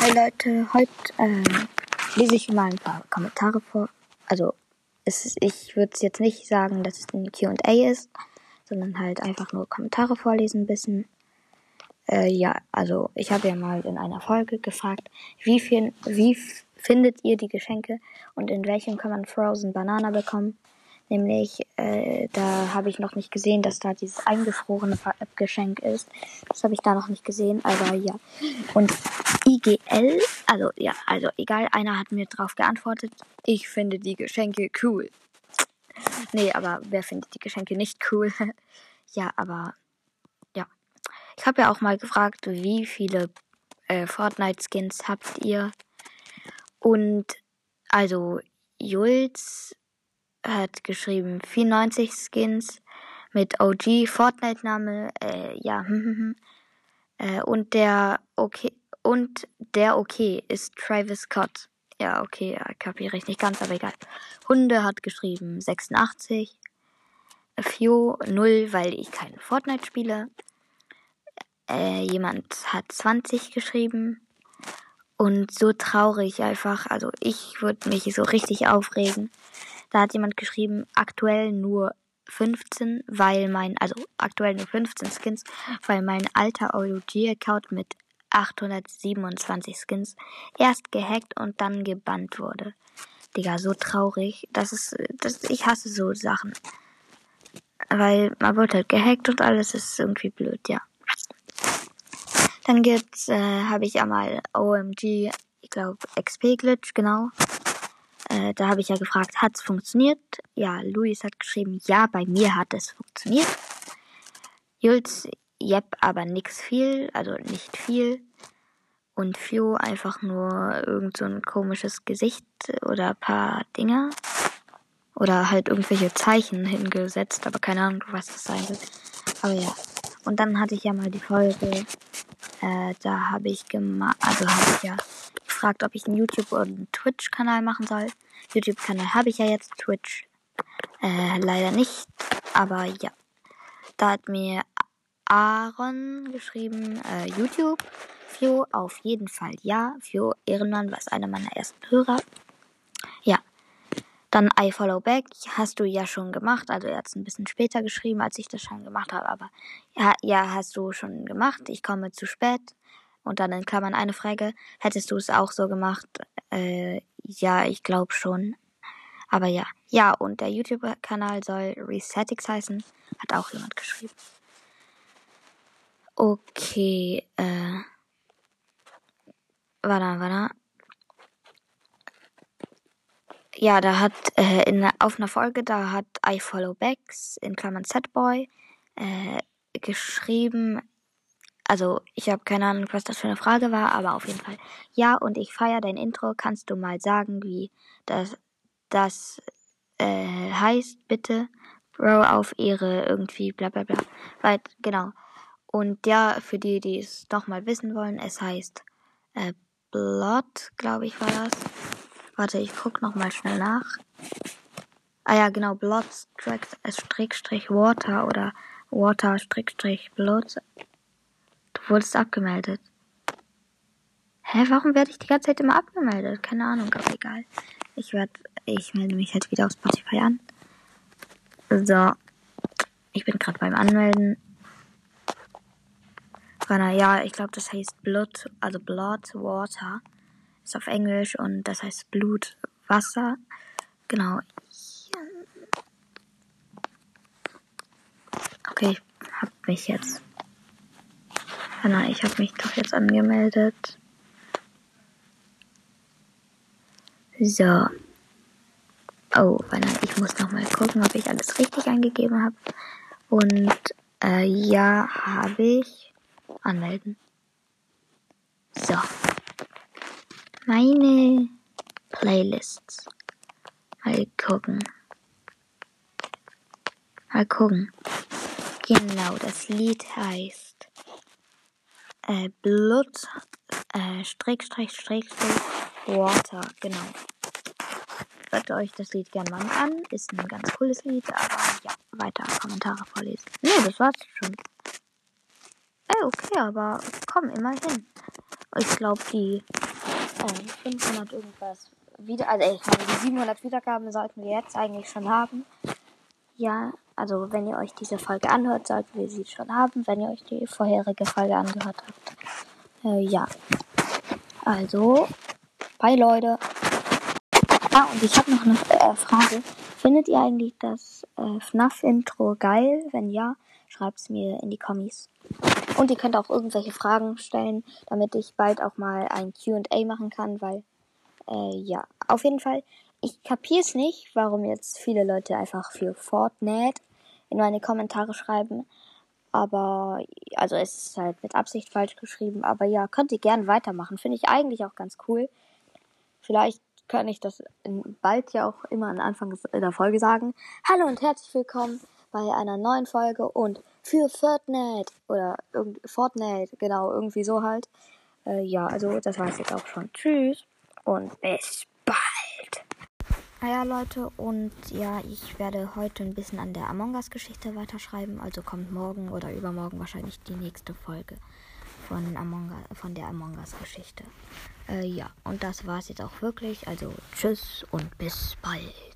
Hi Leute, heute lese ich mal ein paar Kommentare vor. Also ich würde jetzt nicht sagen, dass es ein Q&A ist, sondern halt einfach nur Kommentare vorlesen ein bisschen. Also ich habe ja mal in einer Folge gefragt, wie findet ihr die Geschenke und in welchem kann man Frozen Banana bekommen? Nämlich, da habe ich noch nicht gesehen, dass da dieses eingefrorene Geschenk ist. Das habe ich da noch nicht gesehen, aber ja. Und IGL, also egal, einer hat mir drauf geantwortet, ich finde die Geschenke cool. Nee, aber wer findet die Geschenke nicht cool? Ja, aber ja. Ich habe ja auch mal gefragt, wie viele Fortnite-Skins habt ihr? Und also Jules hat geschrieben 94 Skins mit OG Fortnite-Name, und der okay ist Travis Scott. Ja, okay, kapiere ich nicht ganz, aber egal. Hunde hat geschrieben 86. Fio 0, weil ich kein Fortnite spiele. Jemand hat 20 geschrieben. Und so traurig einfach. Also ich würde mich so richtig aufregen. Da hat jemand geschrieben, aktuell nur 15 Skins, weil mein alter OG-Account mit 827 Skins erst gehackt und dann gebannt wurde. Digga, so traurig. Ich hasse so Sachen. Weil man wird halt gehackt und alles ist irgendwie blöd, ja. Dann habe ich einmal OMG, ich glaube XP-Glitch, genau. Da habe ich ja gefragt, hat's funktioniert? Ja, Luis hat geschrieben, ja, bei mir hat es funktioniert. Jules, yep, aber nicht viel. Und Fio einfach nur irgend so ein komisches Gesicht oder ein paar Dinger. Oder halt irgendwelche Zeichen hingesetzt, aber keine Ahnung, was das sein wird. Aber ja. Und dann hatte ich ja mal die Folge, da habe ich gefragt, ob ich einen YouTube- oder einen Twitch-Kanal machen soll. YouTube-Kanal habe ich ja jetzt, Twitch leider nicht, aber ja. Da hat mir Aaron geschrieben, YouTube, Fio auf jeden Fall ja. Fio Ehrenmann, was einer meiner ersten Hörer. Ja. Dann I follow back, hast du ja schon gemacht, also er hat es ein bisschen später geschrieben, als ich das schon gemacht habe, aber ja, hast du schon gemacht, ich komme zu spät. Und dann in Klammern eine Frage, hättest du es auch so gemacht? Ja, ich glaube schon. Aber ja. Ja, und der YouTube-Kanal soll Resetix heißen, hat auch jemand geschrieben. Okay, warte. Ja, da hat auf einer Folge, da hat I follow backs in Klammern Setboy geschrieben, also ich habe keine Ahnung, was das für eine Frage war, aber auf jeden Fall. Ja, und ich feiere dein Intro, kannst du mal sagen, wie das heißt, bitte? Bro, auf Ehre, irgendwie, bla bla bla. Genau. Und ja, für die, die es doch mal wissen wollen, es heißt Blood, glaube ich, war das. Warte, ich guck noch mal schnell nach. Ah ja, genau, Blood Strickstrich Water oder Water Strickstrich Blood. Du wurdest abgemeldet. Hä, warum werde ich die ganze Zeit immer abgemeldet? Keine Ahnung, aber egal. Ich melde mich jetzt wieder auf Spotify an. So. Ich bin gerade beim Anmelden. Ja, ich glaube, das heißt Blood, also Blood Water. Ist auf Englisch und das heißt Blut, Wasser. Genau. Okay, ich habe mich doch jetzt angemeldet. So. Oh, ich muss noch mal gucken, ob ich alles richtig eingegeben habe. Und ja, habe ich. Anmelden. So. Meine Playlists. Mal gucken. Genau, das Lied heißt Blut Water. Genau. Hört euch das Lied gerne mal an. Ist ein ganz cooles Lied, aber ja, weiter Kommentare vorlesen. Nee, das war's schon. Okay, aber komm, immerhin. Ich glaube, die 500 irgendwas also die 700 Wiedergaben sollten wir jetzt eigentlich schon haben. Ja, also wenn ihr euch diese Folge anhört, sollten wir sie schon haben, wenn ihr euch die vorherige Folge angehört habt. Ja, also, bye Leute. Und ich habe noch eine Frage. Findet ihr eigentlich das FNAF-Intro geil? Wenn ja, schreibt es mir in die Kommis. Und ihr könnt auch irgendwelche Fragen stellen, damit ich bald auch mal ein Q&A machen kann, weil, ja, auf jeden Fall, ich kapier's nicht, warum jetzt viele Leute einfach für Fortnite in meine Kommentare schreiben. Aber, also es ist halt mit Absicht falsch geschrieben, aber ja, könnt ihr gerne weitermachen. Finde ich eigentlich auch ganz cool. Vielleicht kann ich das bald ja auch immer am Anfang der Folge sagen. Hallo und herzlich willkommen bei einer neuen Folge und für Fortnite oder Fortnite, genau, irgendwie so halt. Ja, also das war's jetzt auch schon. Tschüss und bis bald. Naja, Leute, und ja, ich werde heute ein bisschen an der Among Us Geschichte weiterschreiben, also kommt morgen oder übermorgen wahrscheinlich die nächste Folge von der Among Us Geschichte. Ja, und das war's jetzt auch wirklich, also tschüss und bis bald.